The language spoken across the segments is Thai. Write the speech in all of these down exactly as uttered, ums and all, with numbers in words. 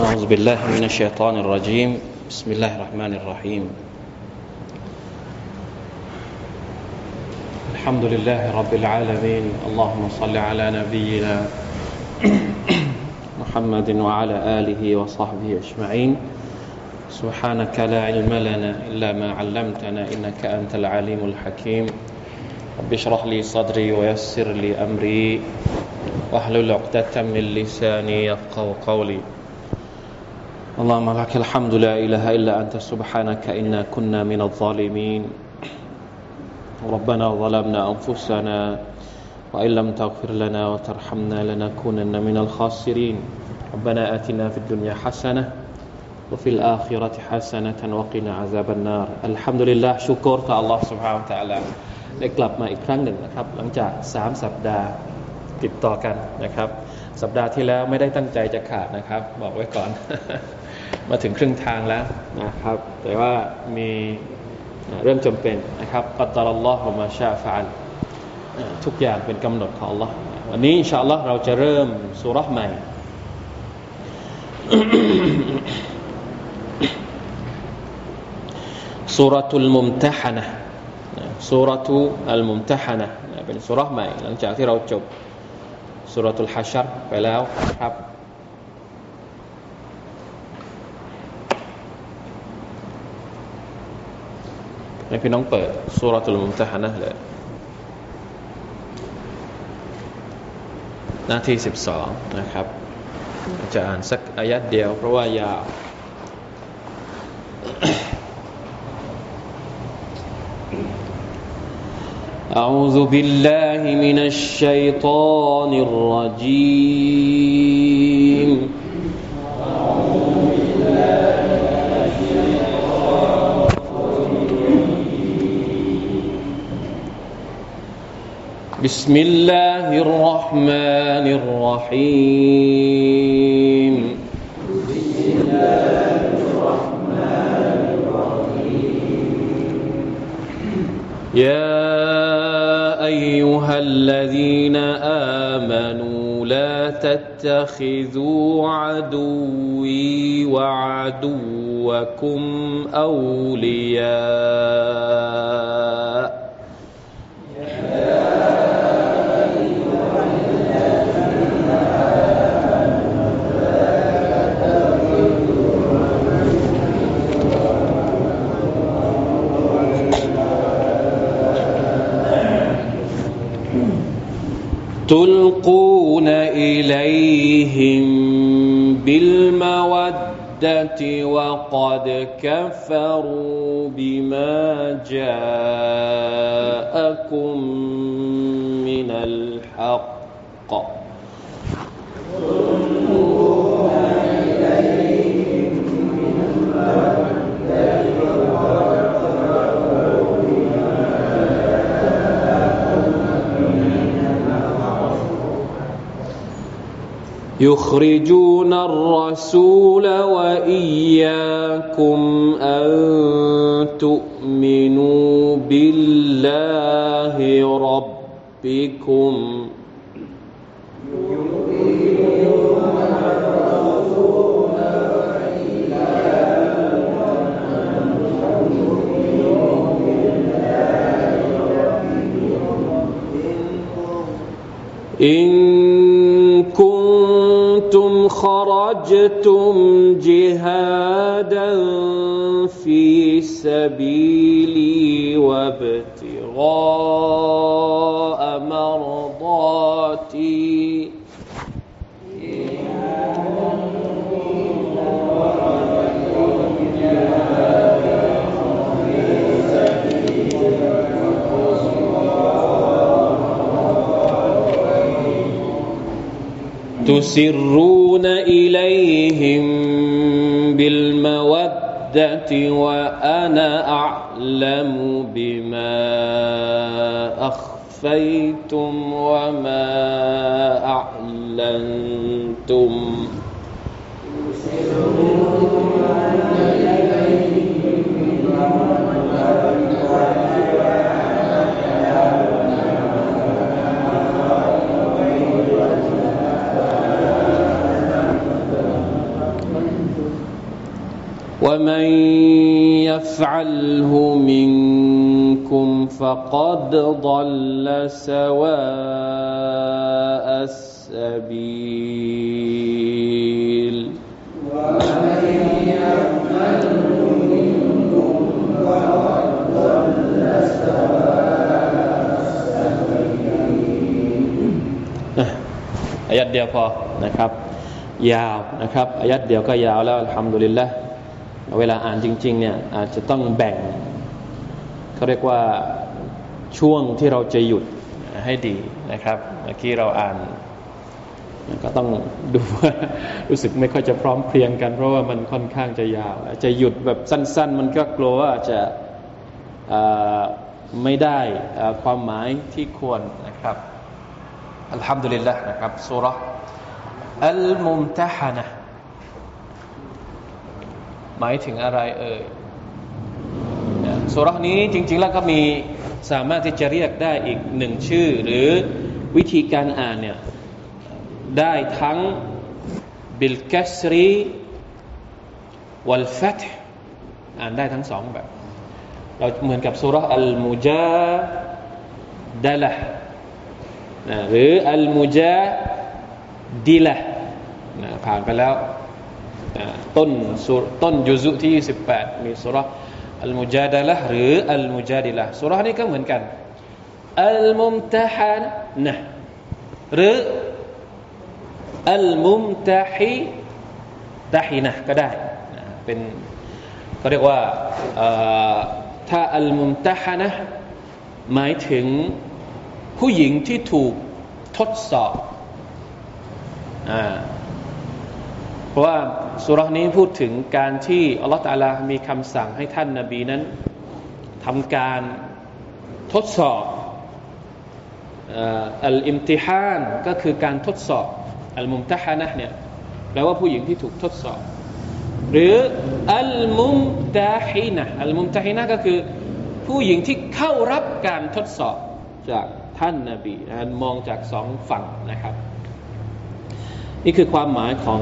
أعوذ بالله من الشيطان الرجيم بسم الله الرحمن الرحيم الحمد لله رب العالمين اللهم صل على نبينا محمد وعلى آله وصحبه أجمعين سبحانك لا علم لنا إلا ما علمتنا إنك أنت العليم الحكيم رب اشرح لي صدري ويسر لي أمري واحلل عقدة من لساني يفقهوا قولي اللهم لك الحمد لا إله إلا أنت سبحانك إنا كنا من الظالمين ربنا ظلمنا أنفسنا وإن لم تغفر لنا وترحمنا لنكونن من الخاسرين ربنا آتنا في الدنيا حسنة وفي الآخرة حسنة وقنا عذاب النار الحمد لله ชุกรต่อ Allah سبحانه และ تعالى ได้กลับมาอีกครั้งหนึ่งนะครับหลังจากสามสัปดาห์ติดต่อกันนะครับสัปดาห์ที่แล้วไม่ได้ตั้งใจจะขาดนะครับบอกไว้ก่อน มาถึงครึ่งทางแล้วนะครับแต่ว่ามีเรื่องจำเป็นนะครับกัดดารัลลอฮุมาชาฟะอัลทุกอย่างเป็นกำหนดของ Allah วันนี้อินชาอัลลอฮ์เราจะเริ่มซูเราะห์ใหม่ ซูเราะตุลมุมตะฮะนะห์ซูเราะตุอัลมุมตะฮะนะห์เป็นซูเราะห์ใหม่หลังจากที่เราจบซูเราะตุลฮัชรไปแล้วครับให้พี่น้องเปิดซูเราะตุลมุมตะฮะนะห์เลยหน้าที่สิบสองนะครับจะอ่านสักอายะห์เดียวเพราะว่ายาวأعوذ بالله من الشيطان الرجيم بسم الله الرحمن الرحيم بسم الله الرحمن الرحيم يا أيها الذين آمنوا لا تتخذوا عدوي وعدوكم أولياء تلقون إليهم بالمودة وقد كفروا بما جاءكم من الحق تلقون إليهم بالمودة يخرجون الرسول وإياكم أن تؤمنوا بالله ربكم إن كنتم خرجتم جهادا في سبيلي وابتغاء مرضاتي تسرون إليهم بالمودة وأنا أعلم بما أخفيتم وما أعلنتم تسرون إليهم بالمودة ومن يفعله منكم فقد ضل سواء السبيل ومن يفعله منكم فقد ضل سواء السبيل อายัดเดียวพอนะครับยาวนะครับอายัดเดียวก็ยาวแล้วอัลฮัมดุลิลละห์เวลาอ่านจริงๆเนี่ยอาจจะต้องแบ่งเขาเรียกว่าช่วงที่เราจะหยุดให้ดีนะครับเมื่อกี้เราอ่านก็ต้องดูว่ารู้สึกไม่ค่อยจะพร้อมเพรียงกันเพราะว่ามันค่อนข้างจะยาวจะหยุดแบบสั้นๆมันก็กลัวว่าจะไม่ได้ความหมายที่ควรนะครับอัลฮัมดุลิลละห์นะครับซูเราะห์อัลมุมตะฮะนะห์หมายถึงอะไรเอ่ยซูเราะห์นี้จริงๆแล้วก็มีสามารถที่จะเรียกได้อีกหนึ่งชื่อหรือวิธีการอ่านเนี่ยได้ทั้งบิลกัสรีวัลฟัตห์อ่านได้ทั้งสองแบบเราเหมือนกับซูเราะห์อัลมุจาดะละห์หรืออัลมุจาดิละห์ผ่านไปแล้วต้นต้นยุซุที่ยี่สิบแปดมีซูเราะห์อัลมุจาดะละห์หรืออัลมุจาดิละห์ซูเราะห์นี้ก็เหมือนกันอัลมุมตะฮะนะห์หรืออัลมุมตะฮิตะฮินะห์ก็ได้เป็นเขาเรียกว่าถ้าอัลมุมตะฮะนะห์หมายถึงผู้หญิงที่ถูกทดสอบอ่าเพราะว่าซูเราะห์นี้พูดถึงการที่อัลเลาะห์ตะอาลามีคำสั่งให้ท่านนบีนั้นทำการทดสอบอัลอิมติฮานก็คือการทดสอบอัลมุมตะฮะนะห์เนี่ยแปลว่าผู้หญิงที่ถูกทดสอบหรืออัลมุมตะฮินะห์อัลมุมตะฮินะห์ก็คือผู้หญิงที่เข้ารับการทดสอบจากท่านนบีมองจากสองฝั่งนะครับนี่คือความหมายของ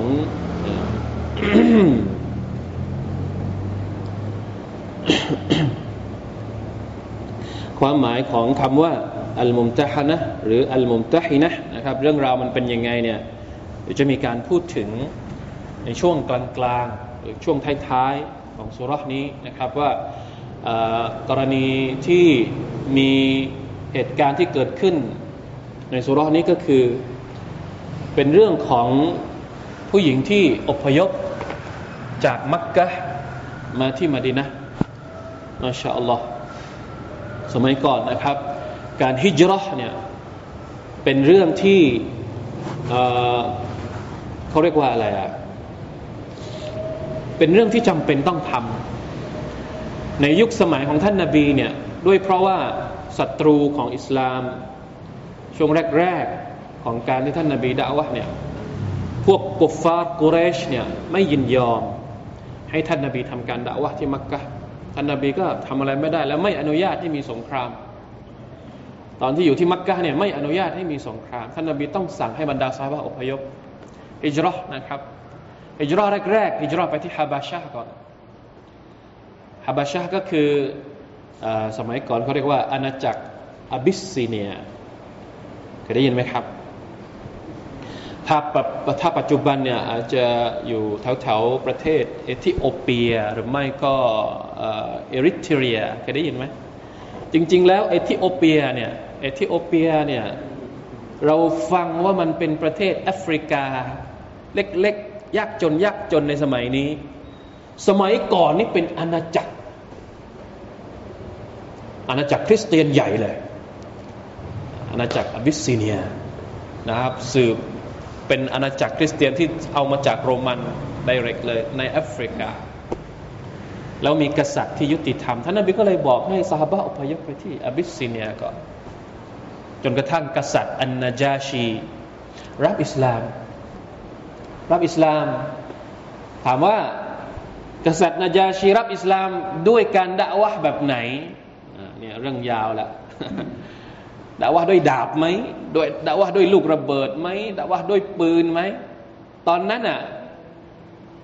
ความหมายของคำว่าอัลมุมตะฮะนะห์หรืออัลมุมตะฮินะห์นะครับเรื่องราวมันเป็นยังไงเนี่ยจะมีการพูดถึงในช่วงกลางๆหรือช่วงท้ายๆของซูเราะห์นี้นะครับว่ากรณีที่มีเหตุการณ์ที่เกิดขึ้นในซูเราะห์นี้ก็คือเป็นเรื่องของผู้หญิงที่อพยพจากมักกะฮ์มาที่มะดีนะห์มาชาอัลลอฮ์สมัยก่อนนะครับการฮิจเราะห์เนี่ยเป็นเรื่องที่เอ่อเขาเรียกว่าอะไรอ่ะเป็นเรื่องที่จำเป็นต้องทำในยุคสมัยของท่านนบีเนี่ยด้วยเพราะว่าศัตรูของอิสลามช่วงแรกๆของการที่ท่านนบีดะอ์วะห์เนี่ยพวกกุฟฟาร์กุเรชเนี่ยไม่ยินยอมให้ท่านนบีทำการดะอ์วะห์ที่มักกะฮ์ท่านนบีก็ทำอะไรไม่ได้แล้วไม่อนุญาตให้มีสงครามตอนที่อยู่ที่มักกะฮ์เนี่ยไม่อนุญาตให้มีสงครามท่านนบีต้องสั่งให้บรรดาซอฮาบะห์อพยพฮิจเราะห์นะครับฮิจเราะห์แรกๆฮิจเราะห์ไปที่ฮะบาชะห์ก่อนฮะบาชะห์ก็คือสมัยก่อนเขาเรียกว่าอาณาจักรอาบิสซีเนียเคยได้ยินไหมครับถ้าถ้าปัจจุบันเนี่ยอาจจะอยู่แถวๆประเทศเอธิโอเปียหรือไม่ก็เอริเทรียเคยได้ยินไหมจริงๆแล้วเอธิโอเปียเนี่ยเอธิโอเปียเนี่ยเราฟังว่ามันเป็นประเทศแอฟริกาเล็กๆยากจนยากจนในสมัยนี้สมัยก่อนนี่เป็นอาณาจักรอาณาจักรคริสเตียนใหญ่เลยอาณาจักรอาบิสซีเนียนะครับสืบเป็นอาณาจักรคริสเตียนที่เอามาจากโรมันไดเรกเลยในแอฟริกาแล้วมีกษัตริย์ที่ยุติธรรมท่านนบีก็เลยบอกให้ซอฮาบะห์อพยพไปที่อาบิสซีเนียก่อนจนกระทั่งกษัตริย์อันนาจาชีรับอิสลามรับอิสลามถามว่ากษัตริย์นาจาชีรับอิสลามด้วยการดะอ์วะห์แบบไหนเนี่ยเรื่องยาวละดะอ์วะห์ด้วยดาบไหมด้วยดะอ์วะห์ด้วยลูกระเบิดไหมดะอ์วะห์ด้วยปืนไหมตอนนั้นอ่ะ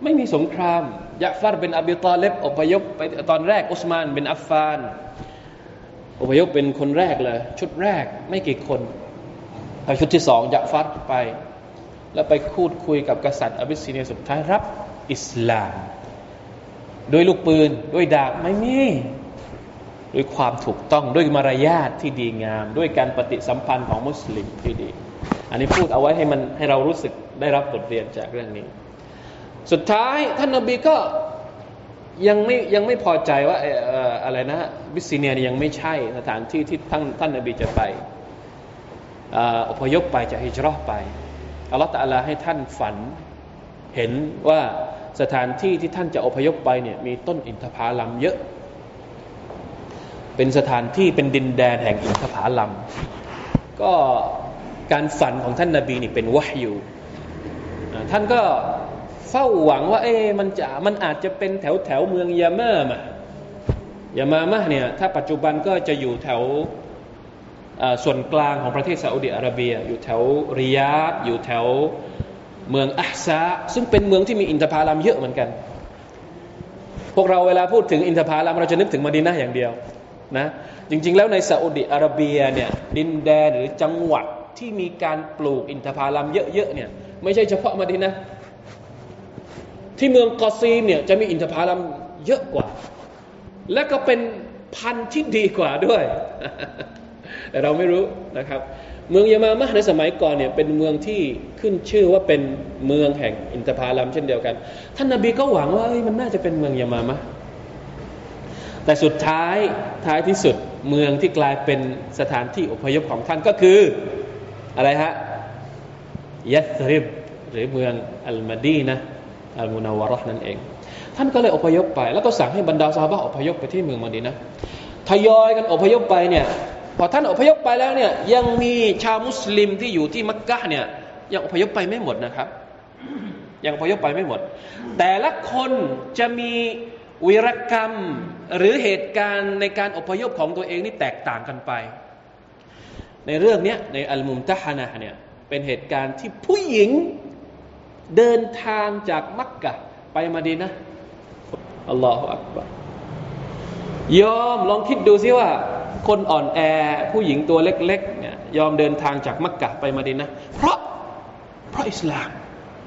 ไม่มีสงครามยะฟัรบินอบีฏอลิบอพยพไปตอนแรกอุสมานบินอัฟฟานอพยพเป็นคนแรกเลยชุดแรกไม่กี่คนพอชุดที่สองยะฟัรไปแล้วไปพูดคุยกับกษัตริย์อาบิสซิเนียสุดท้ายรับอิสลามด้วยลูกปืนด้วยดาบไม่มีด้วยความถูกต้องด้วยมารยาทที่ดีงามด้วยการปฏิสัมพันธ์ของมุสลิมที่ดีอันนี้พูดเอาไว้ให้มันให้เรารู้สึกได้รับบทเรียนจากเรื่องนี้สุดท้ายท่านนบีก็ยังไม่ยังไม่พอใจว่าเอ่ออะไรนะบิสซิเนียยังไม่ใช่สถานที่ที่ท่านท่านนบีจะไปอพยพไปจะฮิจเราะห์ไปอัลเลาะห์ตะอาลาให้ท่านฝันเห็นว่าสถานที่ที่ท่านจะอพยพไปเนี่ยมีต้นอินทผลัมเยอะเป็นสถานที่เป็นดินแดนแห่งอินทผลัมก็การฝันของท่านนบีนี่เป็นวะฮยูท่านก็เฝ้าหวังว่าเอ๊ะมันจะมันอาจจะเป็นแถวแถวเมืองยามามะยามามะเนี่ยถ้าปัจจุบันก็จะอยู่แถวส่วนกลางของประเทศซาอุดิอาระเบียอยู่แถวริยาดอยู่แถวเมืองอัฮซาซึ่งเป็นเมืองที่มีอินทผลัมเยอะเหมือนกันพวกเราเวลาพูดถึงอินทผลัมเราจะนึกถึงมะดีนะห์อย่างเดียวนะจริงๆแล้วในซาอุดิอาระเบียเนี่ยดินแดนหรือจังหวัดที่มีการปลูกอินทผลัมเยอะๆเนี่ยไม่ใช่เฉพาะมะดีนะห์ที่เมืองกอซีมเนี่ยจะมีอินทผลัมเยอะกว่าและก็เป็นพันธุ์ที่ดีกว่าด้วย แต่เราไม่รู้นะครับเมืองยามามะในสมัยก่อนเนี่ยเป็นเมืองที่ขึ้นชื่อว่าเป็นเมืองแห่งอินทผลัมเช่นเดียวกันท่านนบีก็หวังว่ามันน่าจะเป็นเมืองยามามะแต่สุดท้ายท้ายที่สุดเมืองที่กลายเป็นสถานที่อพยพของท่านก็คืออะไรฮะยัสริบหรือเมืองอัลมาดีนะห์อัลมุนาววะเราะห์นั่นเองท่านก็เลยอพยพไปแล้วก็สั่งให้บรรดาซอฮาบะห์อพยพไปที่เมืองมะดีนะห์ทยอยกันอพยพไปเนี่ยพอท่านอพยพไปแล้วเนี่ยยังมีชาวมุสลิมที่อยู่ที่มักกะฮ์เนี่ยยังอพยพไปไม่หมดนะครับยังอพยพไปไม่หมดแต่ละคนจะมีวีรกรรมหรือเหตุการณ์ในการอพยพของตัวเองนี่แตกต่างกันไปในเรื่องนี้ในอัลมุมตะฮานะห์เนี่ยเป็นเหตุการณ์ที่ผู้หญิงเดินทางจากมักกะฮ์ไปมะดีนะห์อัลลอฮฺอักบัรยอมลองคิดดูซิว่าคนอ่อนแอผู้หญิงตัวเล็กๆเนี่ยยอมเดินทางจากมักกะฮ์ไปมะดีนะห์เพราะเพราะอิสลาม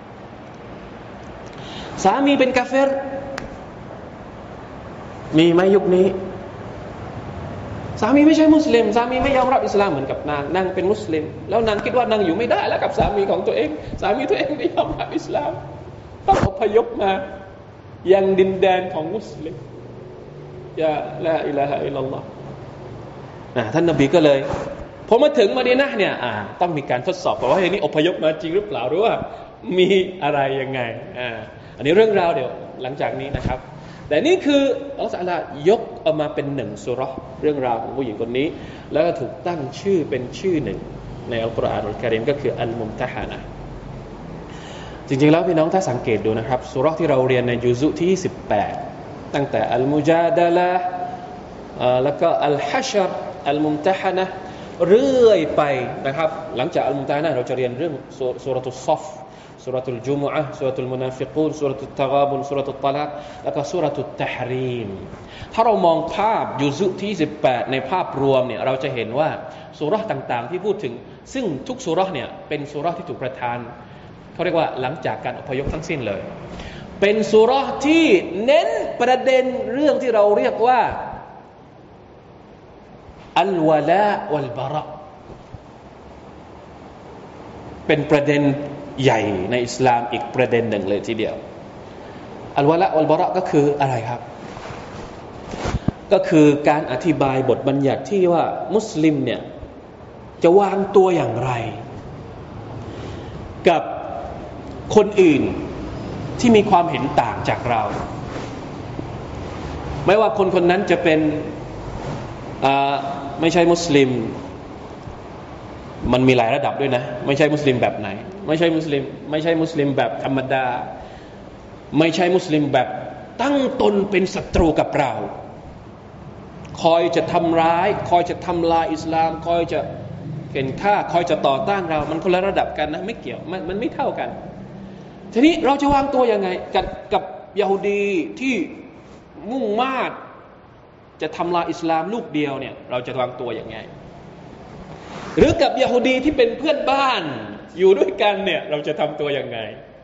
สามีเป็นกาเฟรมีไหมยุคนี้สามีไม่ใช่มุสลิมสามีไม่ยอมรับอิสลามเหมือนกับนางนางเป็นมุสลิมแล้วนางคิดว่านางอยู่ไม่ได้แล้วกับสามีของตัวเองสามีตัวเองไม่ยอมรับอิสลามต้องอพยพมายังดินแดนของมุสลิมยาลาอิลาฮะอิลลัลลอฮ์นะท่านนบีก็เลยพอมาถึงมะดีนะห์เนี่ยอ่าต้องมีการทดสอบว่าว่าอย่างนี้อพยพมาจริงหรือเปล่าหรือว่ามีอะไรยังไงอ่าอันนี้เรื่องราวเดี๋ยวหลังจากนี้นะครับแต่นี่คืออัลลอฮฺตะอาลายกเอามาเป็นหนึ่งซูเราะห์เรื่องราวของผู้หญิงคนนี้แล้วก็ถูกตั้งชื่อเป็นชื่อหนึ่งในอัลกุรอานอัลกะรีมก็คืออัลมุมตะฮานะห์จริงๆแล้วพี่น้องถ้าสังเกตดูนะครับซูเราะห์ที่เราเรียนในจุซุที่สิบแปดตั้งแต่อัลมุจาดะละห์แล้วก็อัลฮัชรอัลมุมตะฮานะห์เรื่อยไปนะครับหลังจากอัลมุมตะฮานะห์เราจะเรียนเรื่องซูเราะตุศอฟซูเราะตุลจุมุอะห์ซูเราะตุลมุนาฟิกูนซูเราะตุตตะฆาบุนซูเราะตุตตะลากแล้วก็ซูเราะตุตตะฮรีมถ้าเรามองภาพจุซุที่สิบแปดในภาพรวมเนี่ยเราจะเห็นว่าซูเราะห์ต่างๆที่พูดถึงซึ่งทุกซูเราะห์เนี่ยเป็นซูเราะห์ที่ถูกประทานเขาเรียกว่าหลังจากการอพยพทั้งสิ้นเลยเป็นซูเราะห์ที่เน้นประเด็นเรื่องที่เราเรียกว่าอัลวะลาวัลบะเราะห์เป็นประเด็นใหญ่ในอิสลามอีกประเด็นหนึ่งเลยทีเดียวอัลวะลาวัลบะเราะห์ก็คืออะไรครับก็คือการอธิบายบทบัญญัติที่ว่ามุสลิมเนี่ยจะวางตัวอย่างไรกับคนอื่นที่มีความเห็นต่างจากเราไม่ว่าคนคนนั้นจะเป็นไม่ใช่มุสลิมมันมีหลายระดับด้วยนะไม่ใช่มุสลิมแบบไหนไม่ใช่มุสลิมไม่ใช่มุสลิมแบบธรรมดาไม่ใช่มุสลิมแบบตั้งตนเป็นศัตรูกับเราคอยจะทำร้ายคอยจะทำลายอิสลามคอยจะเข็นฆ่าคอยจะต่อต้านเรามันคนละระดับกันนะไม่เกี่ยวมันมันไม่เท่ากันทีนี้เราจะวางตัวยังไงกับกับยะฮูดีที่มุ่งมา่จะทำลายอิสลามลูกเดียวเนี่ยเราจะวางตัวยังไงหรือกับยะฮูดีที่เป็นเพื่อนบ้านอยู่ด้วยกันเนี่ยเราจะทำตัวยังไง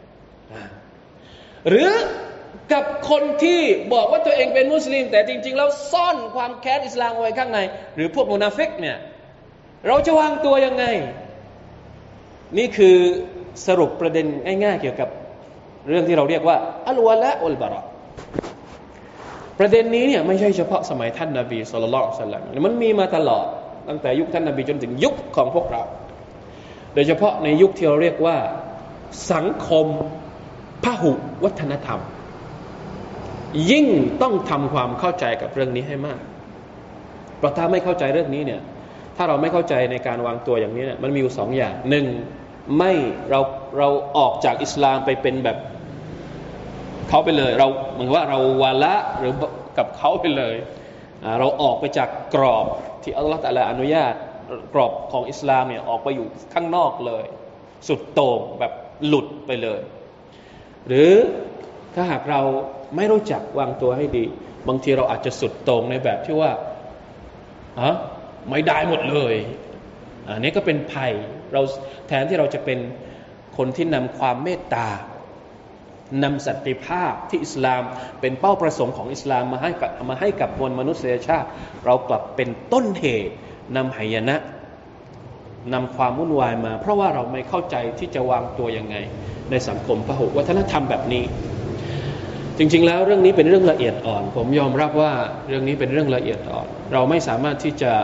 หรือกับคนที่บอกว่าตัวเองเป็นมุสลิมแต่จริงๆแล้วซ่อนความแค้นอิสลามไว้ข้างในหรือพวกมุนาฟิกเนี่ยเราจะวางตัวยังไงนี่คือสรุปประเด็นง่ายๆเกี่ยวกับเรื่องที่เราเรียกว่าอัลวะละอัลบะเราะห์ประเด็นนี้เนี่ยไม่ใช่เฉพาะสมัยท่านนบีศ็อลลัลลอฮุอะลัยฮิวะซัลลัมมันมีมาตลอดตั้งแต่ยุคท่านนบีจนถึงยุคของพวกเราโดยเฉพาะในยุคที่เราเรียกว่าสังคมพหุวัฒนธรรมยิ่งต้องทำความเข้าใจกับเรื่องนี้ให้มากเพราะถ้าไม่เข้าใจเรื่องนี้เนี่ยถ้าเราไม่เข้าใจในการวางตัวอย่างนี้เนี่ยมันมีอยู่สองอย่างหนึ่งไม่เราเราออกจากอิสลามไปเป็นแบบเขาไปเลยเราเหมือนว่าเราวาละหรือกับเขาไปเลยเราออกไปจากกรอบที่อัลลอฮฺตะอาลาอนุญาตกรอบของอิสลามเนี่ยออกไปอยู่ข้างนอกเลยสุดโต่งแบบหลุดไปเลยหรือถ้าหากเราไม่รู้จักวางตัวให้ดีบางทีเราอาจจะสุดโต่งในแบบที่ว่าอะไม่ได้หมดเลยอันนี้ก็เป็นภัยเราแทนที่เราจะเป็นคนที่นำความเมตตานำสันติภาพที่อิสลามเป็นเป้าประสงค์ของอิสลามมาให้กับมาให้กับมวลมนุษยชาติเรากลับเป็นต้นเหตุนำหายนะนำความวุ่นวายมาเพราะว่าเราไม่เข้าใจที่จะวางตัวยังไงในสังคมพหุวัฒนธรรมแบบนี้จริงๆแล้วเรื่องนี้เป็นเรื่องละเอียดอ่อนผมยอมรับว่าเรื่องนี้เป็นเรื่องละเอียดอ่อนเราไม่สามารถที่จะ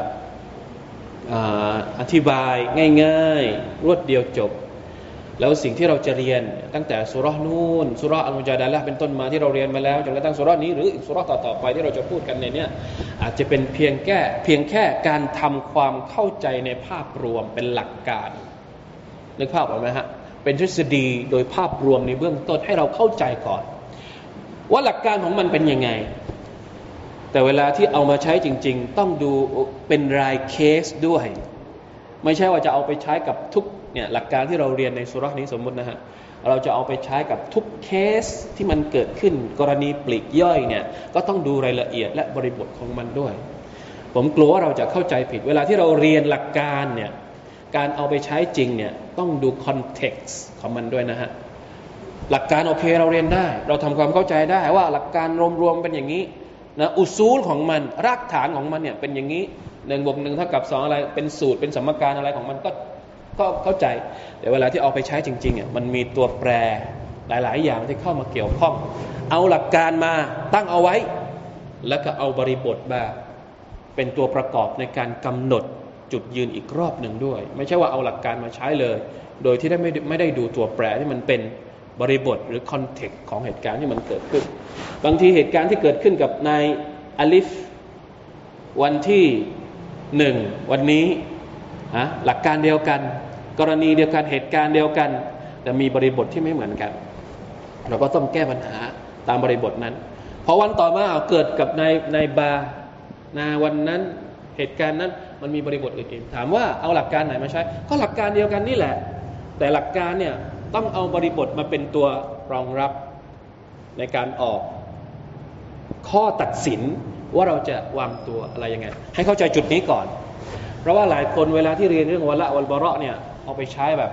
อธิบายง่ายๆรวดเดียวจบแล้วสิ่งที่เราจะเรียนตั้งแต่ซูเราะห์นูนซูเราะห์อัลมุจาดะละห์เป็นต้นมาที่เราเรียนมาแล้วจนกระทั่งซูเราะห์นี้หรืออีกซูเราะห์ต่อๆไปที่เราจะพูดกันในเนี้ยอาจจะเป็นเพียงแค่เพียงแค่การทำความเข้าใจในภาพรวมเป็นหลักการนึกภาพออกไหมฮะเป็นทฤษฎีโดยภาพรวมในเบื้องต้นให้เราเข้าใจก่อนว่าหลักการของมันเป็นยังไงแต่เวลาที่เอามาใช้จริงๆต้องดูเป็นรายเคสด้วยไม่ใช่ว่าจะเอาไปใช้กับทุกเนี่ยหลักการที่เราเรียนในซูเราะห์นี้สมมุตินะฮะเราจะเอาไปใช้กับทุกเคสที่มันเกิดขึ้นกรณีปลีกย่อยเนี่ยก็ต้องดูรายละเอียดและบริบทของมันด้วยผมกลัวว่าเราจะเข้าใจผิดเวลาที่เราเรียนหลักการเนี่ยการเอาไปใช้จริงเนี่ยต้องดูคอนเท็กซ์ของมันด้วยนะฮะหลักการโอเคเราเรียนได้เราทำความเข้าใจได้ว่าหลักการรวมๆเป็นอย่างนี้นะอุซูลของมันรากฐานของมันเนี่ยเป็นอย่างนี้หนึ่งบวกหนึ่งเท่ากับสองอะไรเป็นสูตรเป็นสมการอะไรของมันก็ก็เข้าใจแต่เวลาที่เอาไปใช้จริงๆอ่ะมันมีตัวแปรหลายๆอย่างที่เข้ามาเกี่ยวข้องเอาหลักการมาตั้งเอาไว้แล้วก็เอาบริบทมาเป็นตัวประกอบในการกำหนดจุดยืนอีกรอบหนึ่งด้วยไม่ใช่ว่าเอาหลักการมาใช้เลยโดยที่ได้ไม่ไม่ได้ดูตัวแปรที่มันเป็นบริบทหรือคอนเทกต์ของเหตุการณ์ที่มันเกิดขึ้นบางทีเหตุการณ์ที่เกิดขึ้นกับนายอาลิฟวันที่หนึ่งวันนี้ฮะหลักการเดียวกันกรณีเดียวกันเหตุการณ์เดียวกันแต่มีบริบทที่ไม่เหมือนกันเราก็ต้องแก้ปัญหาตามบริบทนั้นพอวันต่อมาเกิดกับนายนายบานาวันนั้นเหตุการณ์นั้นมันมีบริบทอื่นๆถามว่าเอาหลักการไหนมาใช้ก็หลักการเดียวกันนี่แหละแต่หลักการเนี่ยต้องเอาบริบทมาเป็นตัวรองรับในการออกข้อตัดสินว่าเราจะวางตัวอะไรยังไงให้เข้าใจจุดนี้ก่อนเพราะว่าหลายคนเวลาที่เรียนเรื่องวะละวัลบะเราะห์เนี่ยเอาไปใช้แบบ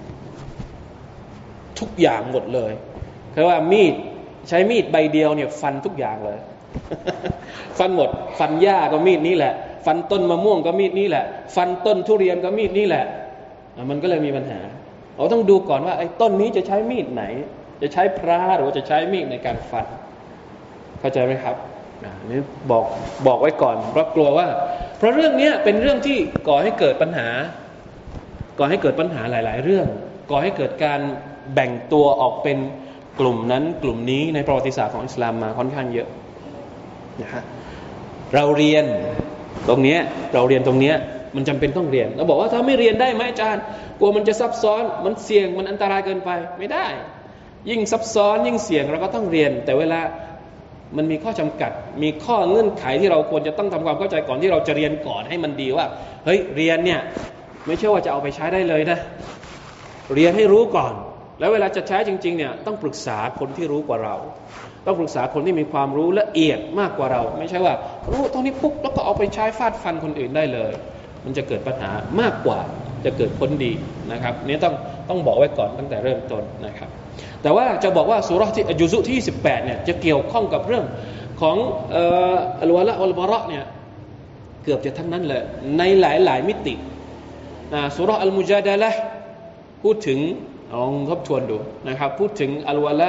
ทุกอย่างหมดเลยคือว่ามีดใช้มีดใบเดียวเนี่ยฟันทุกอย่างเลย ฟันหมดฟันหญ้าก็มีดนี้แหละฟันต้นมะม่วงก็มีดนี้แหละฟันต้นทุเรียนก็มีดนี้แหละมันก็เลยมีปัญหาเราต้องดูก่อนว่าไอ้ต้นนี้จะใช้มีดไหนจะใช้พระหรือว่าจะใช้มีดในการฟันเข้าใจไหมครับนี่บอกบอกไว้ก่อนเพราะกลัวว่าเพราะเรื่องนี้เป็นเรื่องที่ก่อให้เกิดปัญหาก่อให้เกิดปัญหาหลายๆเรื่องก่อให้เกิดการแบ่งตัวออกเป็นกลุ่มนั้นกลุ่มนี้ในประวัติศาสตร์ของอิสลามมาค่อนข้างเยอะนะฮะเราเรียนตรงนี้เราเรียนตรงนี้มันจำเป็นต้องเรียนเราบอกว่าถ้าไม่เรียนได้ไหมอาจารย์กลัวมันจะซับซ้อนมันเสี่ยงมันอันตรายเกินไปไม่ได้ยิ่งซับซ้อนยิ่งเสี่ยงเราก็ต้องเรียนแต่เวลามันมีข้อจำกัดมีข้อเงื่อนไขที่เราควรจะต้องทำความเข้าใจก่อนที่เราจะเรียนก่อนให้มันดีว่าเฮ้ยเรียนเนี่ยไม่ใช่ว่าจะเอาไปใช้ได้เลยนะเรียนให้รู้ก่อนแล้วเวลาจะใช้จริงๆเนี่ยต้องปรึกษาคนที่รู้กว่าเราต้องปรึกษาคนที่มีความรู้ละเอียดมากกว่าเราไม่ใช่ว่ารู้ตรงนี้ปุ๊บแล้วก็เอาไปใช้ฟาดฟันคนอื่นได้เลยมันจะเกิดปัญหามากกว่าจะเกิดผลดีนะครับนี่ต้องต้องบอกไว้ก่อนตั้งแต่เริ่มต้นนะครับแต่ว่าจะบอกว่าซูเราะห์ที่ยุซุที่สิบแปดเนี่ยจะเกี่ยวข้องกับเรื่องของเอ่ออัลวะละวัลบะเราะห์เนี่ยเกือบจะทั้งนั้นเลยในหลายๆมิตินะซูเราะห์อัลมุญาดะละห์พูดถึงลองทบทวนดูนะครับพูดถึงอัลวะละ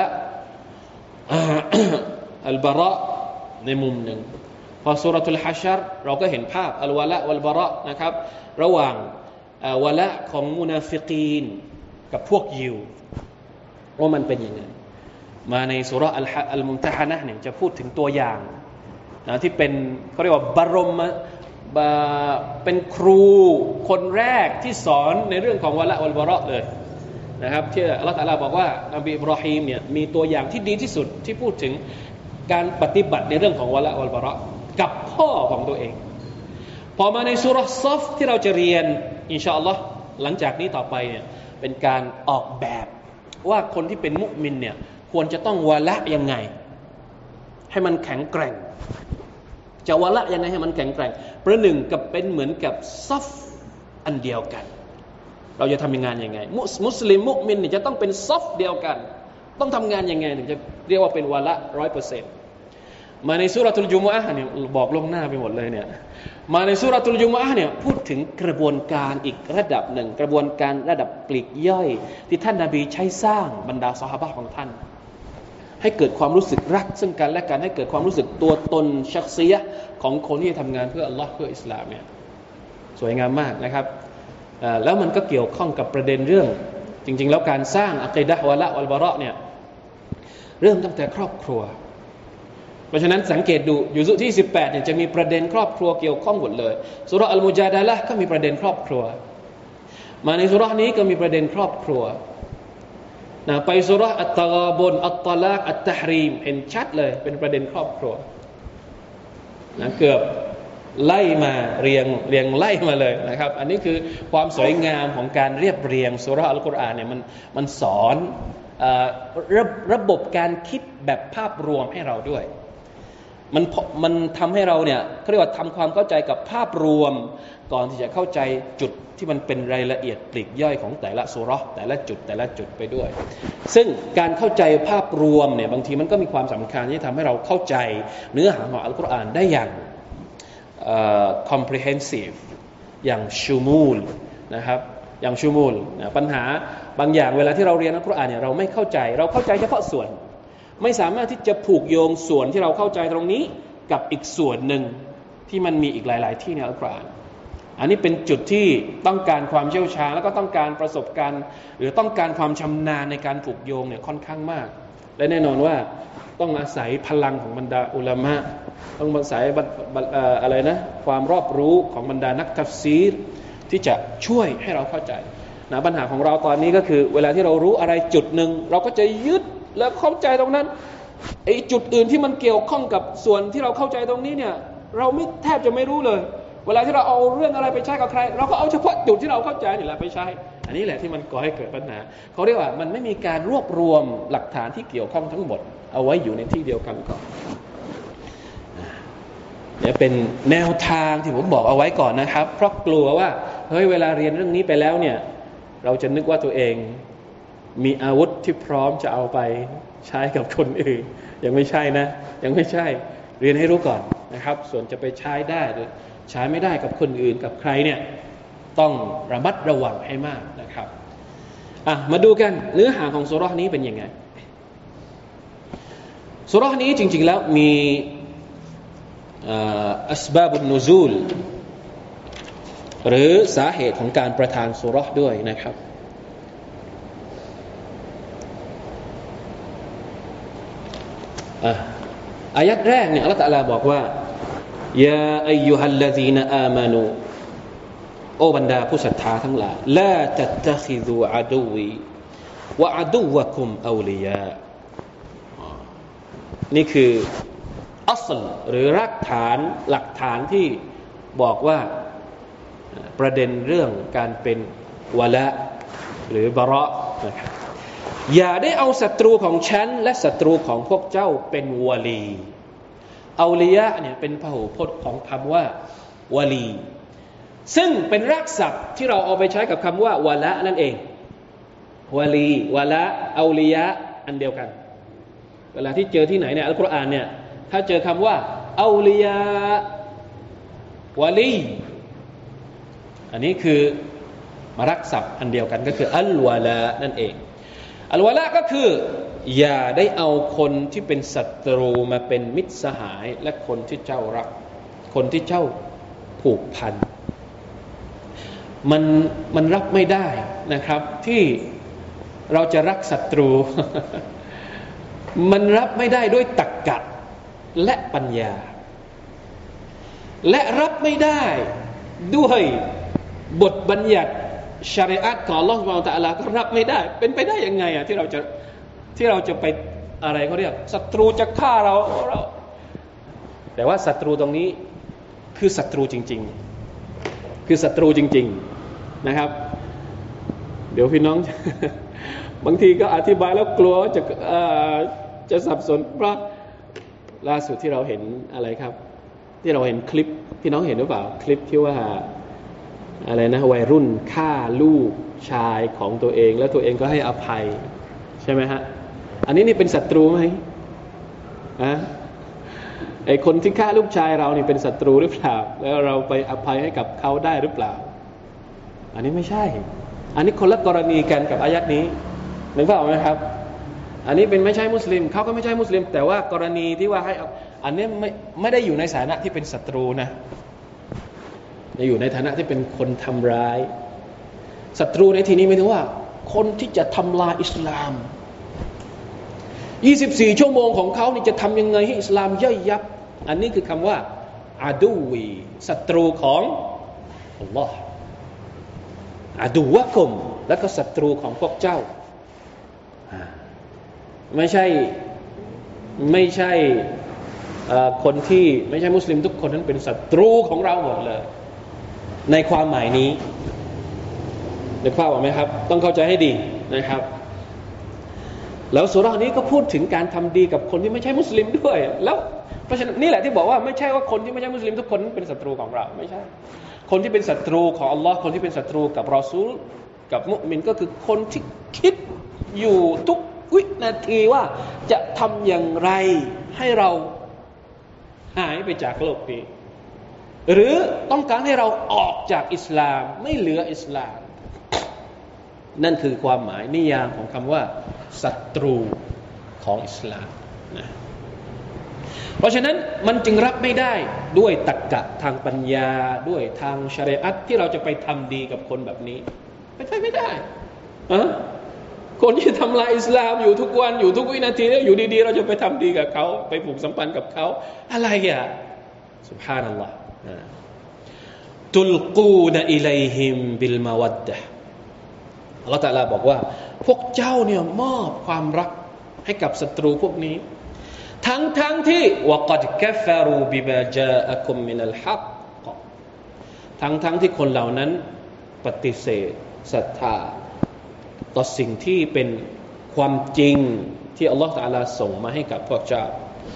อัลบะเราะห์ในมุมหนึ่งพอซูเราะตุลฮัชรเราก็เห็นภาพอัลวะละวัลบะเราะห์นะครับระหว่างวะละของมุนาฟิกีนกับพวกยิวว่ามันเป็นยังไงมาในซูเราะห์อัลมุมตะฮานะห์เนี่ยจะพูดถึงตัวอย่างนะที่เป็นเขาเรียกว่าบรมเป็นครูคนแรกที่สอนในเรื่องของวะละวัลบะเราะห์เลยนะครับที่อัลเลาะห์ตะอาลาบอกว่านบีอิบรอฮีมเนี่ยมีตัวอย่างที่ดีที่สุดที่พูดถึงการปฏิบัติในเรื่องของวะละวัลบะเราะห์กับพ่อของตัวเองพอมาในซูเราะห์ซอฟที่เราจะเรียนอินชาอัลลอฮ์หลังจากนี้ต่อไปเนี่ยเป็นการออกแบบว่าคนที่เป็นมุมินเนี่ยควรจะต้องวะละยังไงให้มันแข็งแกร่งจะวะละยังไงให้มันแข็งแกร่งประหนึ่งกับเป็นเหมือนกับซอฟอันเดียวกันเราจะทำงานยังไงมุสลิมมุมินเนี่ยจะต้องเป็นซอฟเดียวกันต้องทำงานยังไงถึงจะเรียกว่าเป็นวะละ ร้อยเปอร์เซ็นต์ มาในซูเราะตุลจุมอะห์เนี่ยบอกล่วงหน้าไปหมดเลยเนี่ยมาในซูเราะตุลจุมอะห์เนี่ยพูดถึงกระบวนการอีกระดับหนึ่งกระบวนการระดับปลีกย่อยที่ท่านนบีใช้สร้างบรรดาซอฮาบะห์ของท่านให้เกิดความรู้สึกรักซึ่งกันและกันให้เกิดความรู้สึกตัวตนชักซียะห์ของคนที่ทำงานเพื่ออัลลอฮ์เพื่ออิสลามเนี่ยสวยงามมากนะครับแล้วมันก็เกี่ยวข้องกับประเด็นเรื่องจริงๆแล้วการสร้างอะกีดะห์วะละวัลบะเราะห์เนี่ยเริ่มตั้งแต่ครอบครัวเพราะฉะนั้นสังเกตดูยุซุที่สิบแปดเนี่ยจะมีประเด็นครอบครัวเกี่ยวข้องหมดเลยซูเราะห์อัลมุญาดะละห์ก็มีประเด็นครอบครัวมาในซูเราะห์นี้ก็มีประเด็นครอบครัวนะไปซูเราะห์อัตตะฆาบุนอัตตะลากอัตตะฮรีมเห็นชัดเลยเป็นประเด็นครอบครัวนะเกือบไล่มาเรียงเรียงไล่มาเลยนะครับอันนี้คือความสวยงามของการเรียบเรียงซูเราะห์อัลกุรอานเนี่ยมันมันสอนเอ่อระระบบการคิดแบบภาพรวมให้เราด้วยมันมันทำให้เราเนี่ยเขาเรียกว่าทำความเข้าใจกับภาพรวมก่อนที่จะเข้าใจจุดที่มันเป็นรายละเอียดปลีกย่อยของแต่ละซูเราะห์แต่ละจุดแต่ละจุดไปด้วยซึ่งการเข้าใจภาพรวมเนี่ยบางทีมันก็มีความสำคัญที่ทำให้เราเข้าใจเนื้อหาของอัลกุรอานได้อย่างUh, comprehensive อย่างชูมูลนะครับอย่างชูมูลนะปัญหาบางอย่างเวลาที่เราเรียนอัลกุรอานเนี่ยเราไม่เข้าใจเราเข้าใจเฉพาะส่วนไม่สามารถที่จะผูกโยงส่วนที่เราเข้าใจตรงนี้กับอีกส่วนหนึ่งที่มันมีอีกหลายๆที่ในอัลกุรอานอันนี้เป็นจุดที่ต้องการความเชี่ยวชาญแล้วก็ต้องการประสบการณ์หรือต้องการความชำนาญในการผูกโยงเนี่ยค่อนข้างมากและแน่นอนว่าต้องอาศัยพลังของบรรดาอุลามะต้องอาศัยอะไรนะความรอบรู้ของบรรดานักตัฟซีรที่จะช่วยให้เราเข้าใจนะปัญหาของเราตอนนี้ก็คือเวลาที่เรารู้อะไรจุดหนึ่งเราก็จะยึดแล้วเข้าใจตรงนั้นไอ้จุดอื่นที่มันเกี่ยวข้องกับส่วนที่เราเข้าใจตรงนี้เนี่ยเราไม่แทบจะไม่รู้เลยเวลาที่เราเอาเรื่องอะไรไปใช้กับใครเราก็เอาเฉพาะจุดที่เราเข้าใจนี่แหละไปใช้อันนี้แหละที่มันก่อให้เกิดปัญหาเขาเรียกว่ามันไม่มีการรวบรวมหลักฐานที่เกี่ยวข้องทั้งหมดเอาไว้อยู่ในที่เดียวกันก่อนเนี่ยเป็นแนวทางที่ผมบอกเอาไว้ก่อนนะครับเพราะกลัวว่าเฮ้ยเวลาเรียนเรื่องนี้ไปแล้วเนี่ยเราจะนึกว่าตัวเองมีอาวุธที่พร้อมจะเอาไปใช้กับคนอื่นยังไม่ใช่นะยังไม่ใช่เรียนให้รู้ก่อนนะครับส่วนจะไปใช้ได้หรือใช้ไม่ได้กับคนอื่นกับใครเนี่ยต้องระมัดระวังให้มากนะครับอ่ะมาดูกันเนื้อหาของซูเราะห์นี้เป็นยังไงซูเราะห์นี้จริงๆแล้วมีอัสบาบุนนูซูลหรือสาเหตุของการประทานซูเราะห์ด้วยนะครับอ่ะอายัดแรกเนี่ยอัลเลาะห์ตะอาลาบอกว่ายาอัยยูฮัลลซีนอามานูโอ้บรรดาผู้ศรัทธาทั้งหลายลาตัตตะคิซูอะดูวีวะอะดูวะกุมเอาลิยานี่คืออัศลหรือรากฐานหลักฐานที่บอกว่าประเด็นเรื่องการเป็นวะละหรือบะเราะห์นะครับอย่าได้เอาศัตรูของฉันและศัตรูของพวกเจ้าเป็นวะลีเอาลียะเนี่ยเป็นพหูพจน์ของคำว่าวะลีซึ่งเป็นรากศัพท์ที่เราเอาไปใช้กับคำว่าวะละนั่นเองวะลีวะละเอาลียะอันเดียวกันเวลาที่เจอที่ไหนเนี่ยอัลกุรอานเนี่ยถ้าเจอคำว่าเอาลียะวะลีอันนี้คือมารักศัพท์อันเดียวกันก็คืออัลวะละนั่นเองอัลวะละก็คืออย่าได้เอาคนที่เป็นศัตรูมาเป็นมิตรสหายและคนที่เจ้ารักคนที่เจ้าผูกพันมันมันรับไม่ได้นะครับที่เราจะรักศัตรู มันรับไม่ได้ด้วยตรรกะและปัญญาและรับไม่ได้ด้วยบทบัญญัติชะรีอะห์ของอัลเลาะห์ซุบฮานะฮูวะตะอาลาก็รับไม่ได้เป็นไปได้ยังไงอ่ะที่เราจะที่เราจะไปอะไรเขาเรียกศัตรูจะฆ่าเราเราแต่ว่าศัตรูตรงนี้คือศัตรูจริงๆคือศัตรูจริงๆนะครับเดี๋ยวพี่น้อง บางทีก็อธิบายแล้วกลัวจะจะสับสนเพราะล่าสุดที่เราเห็นอะไรครับที่เราเห็นคลิปพี่น้องเห็นหรือเปล่าคลิปที่ว่าอะไรนะวัยรุ่นฆ่าลูกชายของตัวเองแล้วตัวเองก็ให้อภัยใช่ไหมฮะอันนี้นี่เป็นศัตรูไหมอะไอคนที่ฆ่าลูกชายเรานี่เป็นศัตรูหรือเปล่าแล้วเราไปอภัยให้กับเขาได้หรือเปล่าอันนี้ไม่ใช่อันนี้คนละกรณีกันกับอายัดนี้นึกภาพออกไหมครับอันนี้เป็นไม่ใช่มุสลิมเขาก็ไม่ใช่มุสลิมแต่ว่ากรณีที่ว่าให้อันนี้ไม่ไม่ได้อยู่ในฐานะที่เป็นศัตรูนะอยู่ในฐานะที่เป็นคนทำร้ายศัตรูในที่นี้หมายถึงว่าคนที่จะทำลายอิสลามยี่สิบสี่ชั่วโมงของเขานี่จะทำยังไงให้อิสลามย่อยยับอันนี้คือคำว่าอาดูวีศัตรูของอัลลอฮ์อาดูวะกุมแล้วก็ศัตรูของพวกเจ้าไม่ใช่ไม่ใช่คนที่ไม่ใช่มุสลิมทุกคนนั้นเป็นศัตรูของเราหมดเลยในความหมายนี้นึกภาพออกไหมครับต้องเข้าใจให้ดีนะครับแล้วซูเราะห์นี้ก็พูดถึงการทำดีกับคนที่ไม่ใช่มุสลิมด้วยแล้วเพราะฉะนั้นนี่แหละที่บอกว่าไม่ใช่ว่าคนที่ไม่ใช่มุสลิมทุกคนเป็นศัตรูของเราไม่ใช่คนที่เป็นศัตรูของอัลลอฮ์คนที่เป็นศัตรูกับรอซูลกับมุมินก็คือคนที่คิดอยู่ทุกวินาทีว่าจะทำอย่างไรให้เราหายไปจากโลกนี้หรือต้องการให้เราออกจากอิสลามไม่เหลืออิสลามนั่นคือความหมายนิยามของคำว่าศัตรูของอิสลามนะเพราะฉะนั้นมันจึงรับไม่ได้ด้วยตรรกะทางปัญญาด้วยทางชะรีอะห์ที่เราจะไปทำดีกับคนแบบนี้ไม่ใช่ไม่ได้อะคนที่ทำลายอิสลามอยู่ทุกวันอยู่ทุกวินาทีแล้วอยู่ดีๆเราจะไปทำดีกับเขาไปผูกสัมพันธ์กับเขาอะไรอ่ะซุบฮานัลลอฮ์ตุลกูนอิลัยฮิมบิลมะวัดดะห์อัลเลาะห์ตะอาลาบอกว่าพวกเจ้าเนี่ยมอบความรักให้กับศัตรูพวกนี้ทั้งทั้งที่วะกัดกัฟารูบิมาจาอะกุมมินัลฮักทั้งทั้งที่คนเหล่านั้นปฏิเสธศรัทธาต่อสิ่งที่เป็นความจริงที่อัลลอฮฺตะอาลาส่งมาให้กับพวกเจ้า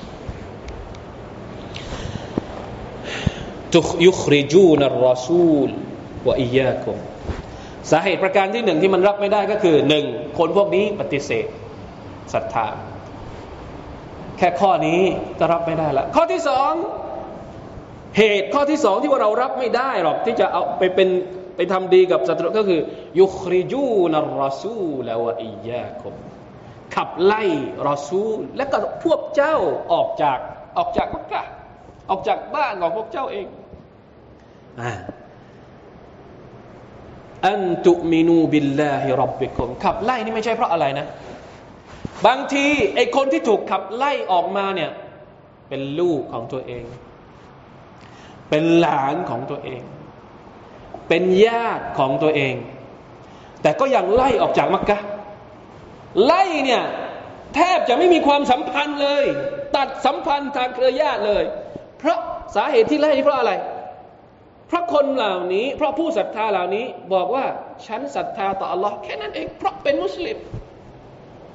ตุยุคริจูนัรรอซูลวะอียากุมสาเหตุประการที่หนึ่งที่มันรับไม่ได้ก็คือหนึ่งคนพวกนี้ปฏิเสธศรัทธาแค่ข้อนี้ก็รับไม่ได้ละข้อที่สองเหตุข้อที่สองที่ว่าเรารับไม่ได้หรอกที่จะเอาไปเป็นไปทำดีกับศัตรูก็คือยุคริจูนัรรอซูลวะอียากุมขับไล่รอซูลและก็พวกเจ้าออกจากออกจากมักกะฮ์ออกจากบ้านของพวกเจ้าเองอ่าอันตุมินูบิลลาฮิร็อบบิกุมขับไล่นี่ไม่ใช่เพราะอะไรนะบางทีไอ้คนที่ถูกขับไล่ออกมาเนี่ยเป็นลูกของตัวเองเป็นหลานของตัวเองเป็นญาติของตัวเองแต่ก็ยังไล่ออกจากมักกะฮ์ไล่เนี่ยแทบจะไม่มีความสัมพันธ์เลยตัดสัมพันธ์ทางเครือญาติเลยเพราะสาเหตุที่ไล่เพราะอะไรเพราะคนเหล่านี้เพราะผู้ศรัทธาเหล่านี้บอกว่าฉันศรัทธาต่ออัลลอฮ์แค่นั้นเองเพราะเป็นมุสลิม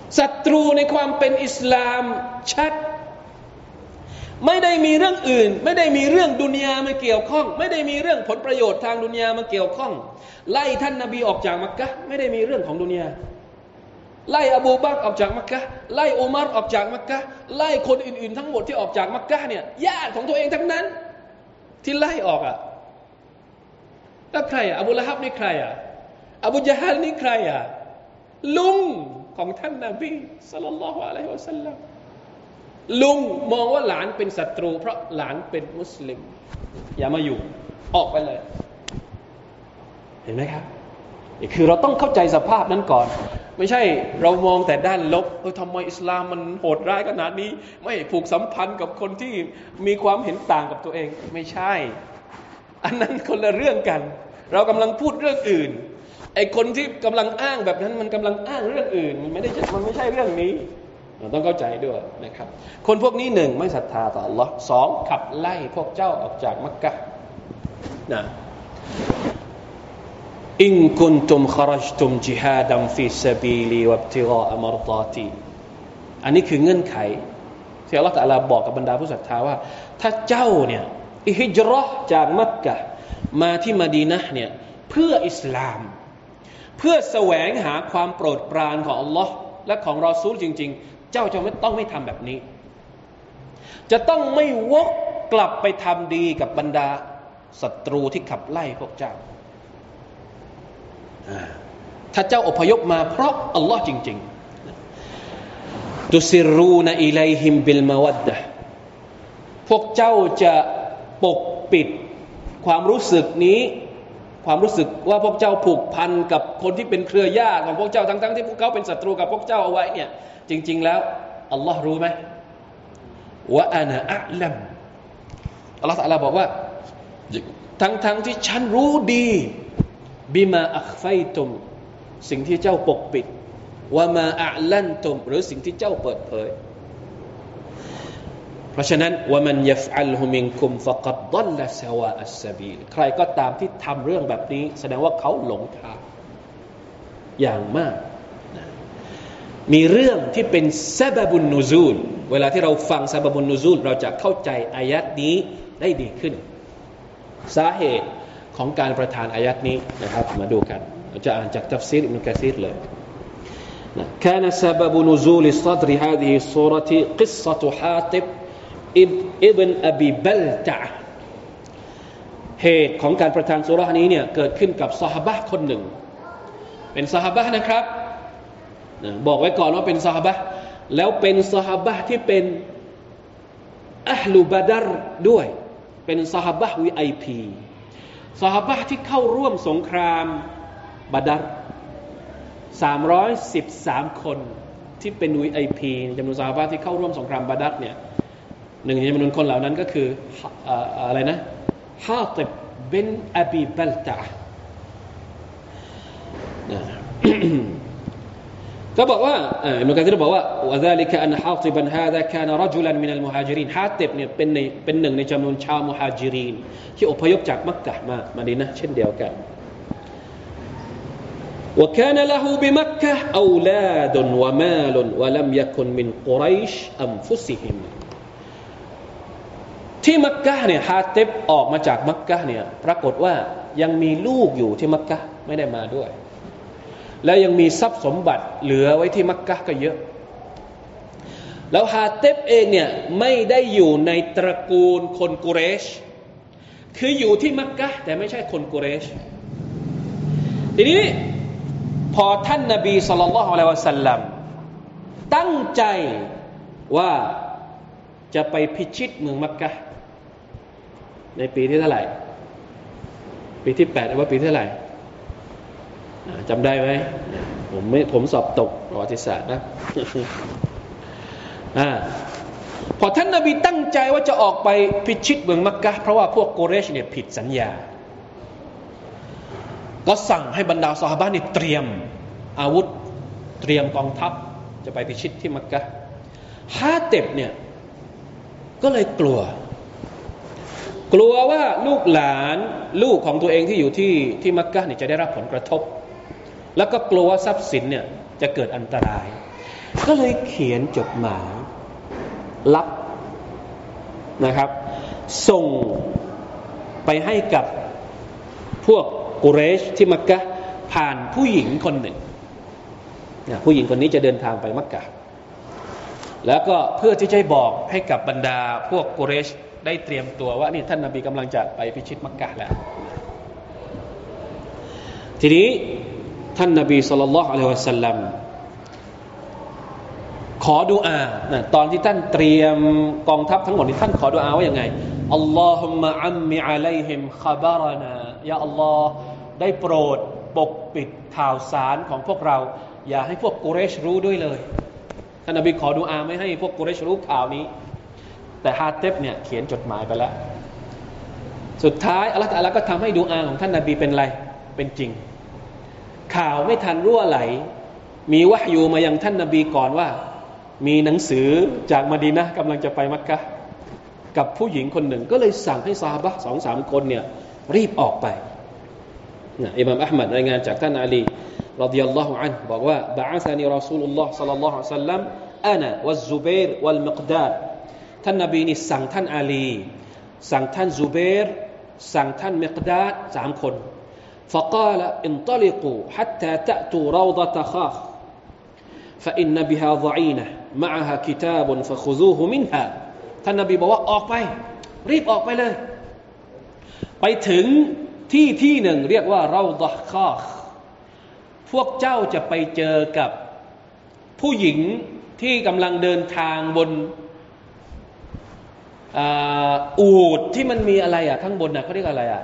ศัตรูในความเป็นอิสลามชัดไม่ได้มีเรื่องอื่นไม่ได้มีเรื่องดุนยามาเกี่ยวข้องไม่ได้มีเรื่องผลประโยชน์ทางดุนยามาเกี่ยวข้องไล่ท่านนบีออกจากมักกะฮ์ไม่ได้มีเรื่องของดุนยาไล่อบูบักรออกจากมักกะฮ์ไล่อุมัรออกจากมักกะฮ์ไล่คนอื่นๆทั้งหมดที่ออกจากมักกะฮ์เนี่ยญาติของตัวเองทั้งนั้นที่ไล่ออกอ่ะแล้วใครอ่ะอบูละฮับนี่ใครอ่ะอบูญะฮัลนี่ใครอ่ะลุงของท่านนบีศ็อลลัลลอฮุอะลัยฮิวะซัลลัมลุงมองว่าหลานเป็นศัตรูเพราะหลานเป็นมุสลิมอย่ามาอยู่ออกไปเลยเห็นไหมครับนี่คือเราต้องเข้าใจสภาพนั้นก่อนไม่ใช่เรามองแต่ด้านลบเออทำไมอิสลามมันโหดร้ายขนาดนี้ไม่ผูกสัมพันธ์กับคนที่มีความเห็นต่างกับตัวเองไม่ใช่อันนั้นคนละเรื่องกันเรากำลังพูดเรื่องอื่นไอ้คนที่กำลังอ้างแบบนั้นมันกำลังอ้างเรื่องอื่นมันไม่ได้มันไม่ใช่เรื่องนี้เราต้องเข้าใจด้วยนะครับคนพวกนี้หนึ่งไม่ศรัทธาต่อ Allah สองขับไล่พวกเจ้าออกจากมักกะฮ์นะอินกุนตุมคารจตุมจิฮาดัมฟีซะบีลีวับติฆาอะมารฎาตีอันนี้คือเงื่อนไขที่อัลเลาะห์ตะอาลาบอกกับบรรดาผู้ศรัทธาว่าถ้าเจ้าเนี่ยฮิจเราะห์จากมักกะฮ์มาที่มะดีนะห์เนี่ยเพื่ออิสลามเพื่อแสวงหาความโปรดปรานของอัลเลาะห์และของรอซูลจริงๆเจ้าจะไม่ต้องไม่ทำแบบนี้จะต้องไม่วกกลับไปทำดีกับบรรดาศัตรูที่ขับไล่พวกเจ้าถ้าเจ้าอพยพมาเพราะอัลลอฮ์จริงๆตุซิรูนอิลัยฮิมบิลมะวัดดะห์พวกเจ้าจะปกปิดความรู้สึกนี้ความรู้สึกว่าพวกเจ้าผูกพันกับคนที่เป็นเครือญาติของพวกเจ้าทั้งๆที่พวกเขาเป็นศัตรูกับพวกเจ้าเอาไว้เนี่ยจริงๆแล้วอัลลอฮ์รู้ไหมว่าอานะอะลัมอัลลอฮ์ตะอาลาบอกว่าทั้งๆที่ฉันรู้ดีบิมาอัคฟัยตุมสิ่งที่เจ้าปกปิดว่ามาอะลันตุมหรือสิ่งที่เจ้าเปิดเผยเพราะฉะนั้นว่ามันยัฟอัลฮุมินคุมฟะกัดดัลละซาวาอัสซะบีลใครก็ตามที่ทำเรื่องแบบนี้แสดงว่าเขาหลงทางอย่างมากมีเรื่องที่เป็นซะบะบุนนูซูลเวลาที่เราฟังซะบะบุนนูซูลเราจะเข้าใจอายัดนี้ได้ดีขึ้นสาเหตุของการประทานอายัดนี้นะครับมาดูกันเราจะอ่านจากตัฟซีรอิบนุกะซีรเลยนะ كان سبب نزول صدر هذه السورة قصة حاطب ابن أبي بلتع เหตุของการประทานซูเราะห์นี้เนี่ยเกิดขึ้นกับซอฮาบะห์คนหนึ่งเป็นซอฮาบะห์นะครับนะบอกไว้ก่อนว่าเป็นซอฮาบะห์แล้วเป็นซอฮาบะห์ที่เป็นอะห์ลุบะดรด้วยเป็นซอฮาบะห์ วี ไอ พี ซอฮาบะห์ที่เข้าร่วมสงครามบะดัรสามร้อยสิบสามคนที่เป็น วี ไอ พี จำนวนซอฮาบะห์ที่เข้าร่วมสงครามบะดัรเนี่ยหนึ่งในจำนวนคนเหล่านั้นก็คืออะไรนะฮาติบบินอบีบัลตะก็บอกว่าอิบนุกะซีรบอกว่าวะซาลิกะอันฮาติบันฮาซากานะรจุลันมินัลมุฮาญิรินฮาติบเนี่ยเป็นในเป็นหนึ่งในจำนวนชาวมุฮาญิรินที่อพยพจากมักกะฮ์มามะดีนะห์เช่นเดียวกันوكان له بمكة أولاد ومال ولم يكن من قريش أنفسهم ที่มักกะฮ์เนี่ยฮาติบออกมาจากมักกะฮ์เนี่ยปรากฏว่ายังมีลูกอยู่ที่มักกะฮ์ไม่ได้มาด้วยแล้วยังมีทรัพย์สมบัติเหลือไว้ที่มักกะฮ์ก็เยอะแล้วฮาติบเองเนี่ยไม่ได้อยู่ในตระกูลคนกุเรชคืออยู่ที่มักกะฮ์แต่ไม่ใช่คนกุเรชทีนี้พอท่านนบีศ็อลลัลลอฮุอะลัยฮิวะซัลลัมตั้งใจว่าจะไปพิชิตเมืองมักกะฮ์ในปีที่เท่าไหร่ปีที่แปดหรือว่าปีที่เท่าไหร่จำได้ไหมผมไม่ผมสอบตกประวัติศาสตร์นะ อ่าพอท่านนบีตั้งใจว่าจะออกไปพิชิตเมืองมักกะฮ์เพราะว่าพวกกุเรชเนี่ยผิดสัญญาก็สั่งให้บรรดาซอฮาบะห์นี่เตรียมอาวุธเตรียมกองทัพจะไปพิชิตที่มักกะฮ์ฮาติบเนี่ยก็เลยกลัวกลัวว่าลูกหลานลูกของตัวเองที่อยู่ที่ที่มักกะฮ์เนี่ยจะได้รับผลกระทบแล้วก็กลัวว่าทรัพย์สินเนี่ยจะเกิดอันตรายก็เลยเขียนจดหมายลับนะครับส่งไปให้กับพวกกุเรชที่มักกะฮ์ผ่านผู้หญิงคนหนึ่งผู้หญิงคนนี้จะเดินทางไปมักกะฮ์แล้วก็เพื่อที่จะบอกให้กับบรรดาพวกกุเรชได้เตรียมตัวว่านี่ท่านนบีกำลังจะไปพิชิตมักกะฮ์แล้วทีนี้ท่านนบีศ็อลลัลลอฮุอะลัยฮิวะซัลลัมขอดุอานะตอนที่ท่านเตรียมกองทัพทั้งหมดนี้ท่านขอดุอาว่าอย่างไงอัลลอฮุมมะอัมมิอะลัยฮิมคอบารนายาอัลลอฮ์ได้โปรดปกปิดข่าวสารของพวกเราอย่าให้พวกกุเรชรู้ด้วยเลยท่านนบีขอดุอาไม่ให้พวกกุเรชรู้ข่าวนี้แต่ฮาเต็บเนี่ยเขียนจดหมายไปแล้วสุดท้ายอัลเลาะห์ตะอาลาก็ทำให้ดุอาของท่านนบีเป็นไรเป็นจริงข่าวไม่ทันรั่วไหลมีวะฮยูมายังท่านนบีก่อนว่ามีหนังสือจากมะดีนะห์กำลังจะไปมักกะฮ์กับผู้หญิงคนหนึ่งก็เลยสั่งให้ซอฮาบะห์ สองสาม คนเนี่ยรีบออกไปนะอิหม่ามอะห์มัดรายงานจากท่านอาลีรอฎิยัลลอฮุอันฮุบอกว่าบะอะซะนีรอซูลุลลอฮ์ศ็อลลัลลอฮุอะลัยฮิวะซัลลัมอะนะวัซซุบัยรวัลมิกดาดท่านนบีนี่สั่งท่านอาลีสั่งท่านซุบัยรสั่งท่านมิกดาดสามคน فقال انطلقوا حتى تأتوا روضة خاخ فإن بها ضعينة معها كتاب فخذوه منها ท่านนบีบอกว่าออกไปรีบออกไปเลยไปถึงที่ที่หนึ่งเรียกว่าเราฎะคาคพวกเจ้าจะไปเจอกับผู้หญิงที่กำลังเดินทางบนอูฐที่มันมีอะไรอ่ะข้างบนน่ะเขาเรียกอะไรอ่ะ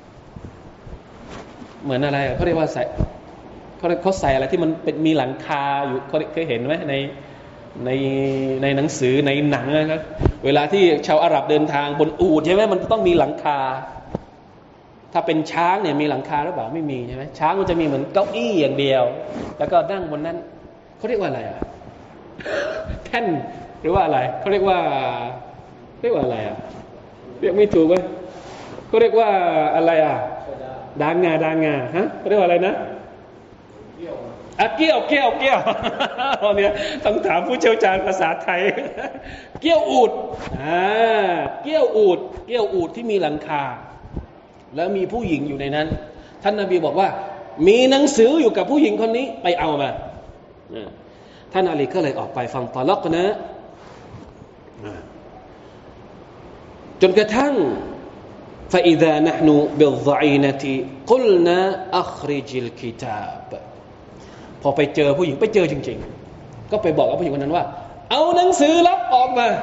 เหมือนอะไรเขาเรียกว่าใส่เขาเขาใส่อะไรที่มันเป็นมีหลังคาอยู่เคยเห็นไหมในในในหนังสือในหนังนะครับเวลาที่ชาวอาหรับเดินทางบนอูฐใช่ไหมมันต้องมีหลังคาถ้าเป็นช้างเนี่ยมีหลังคาหรือเปล่าไม่มีใช่ไหมช้างมันจะมีเหมือนเก้าอี้อย่างเดียวแล้วก็นั่งบนนั้นเขาเรียกว่าอะไรอ่ะแท่นหรือว่าอะไรเขาเรียกว่าเรียกว่าอะไรอ่ะเรียกไม่ถูกเว้ยเขาเรียกว่าอะไรอ่ะดางงาดางงาฮะเขาเรียกว่าอะไรนะอ่ะเกี้ยวเกี้ยวเกี้ยวเราเนี่ยต้องถามผู้เชี่ยวชาญภาษาไทยเกี้ยวอูฐอ่าเกี้ยวอูฐเกี้ยวอูฐที่มีหลังคาแล้วมีผู้หญิงอยู่ในนั้นท่านนบีบอกว่ามีหนังสืออยู่กับผู้หญิงคนนี้ไปเอามาท่านอาลีก็เลยออกไปฟังตะลักนะจนกระทั่งفإذا نحن بالضعينة قلنا أخرج الكتاب พอไปเจอผู้หญิงไปเจอจริงๆก็ไปบอกกับผู้หญิงคนนั้นว่าเอาหนังสือลับออกมา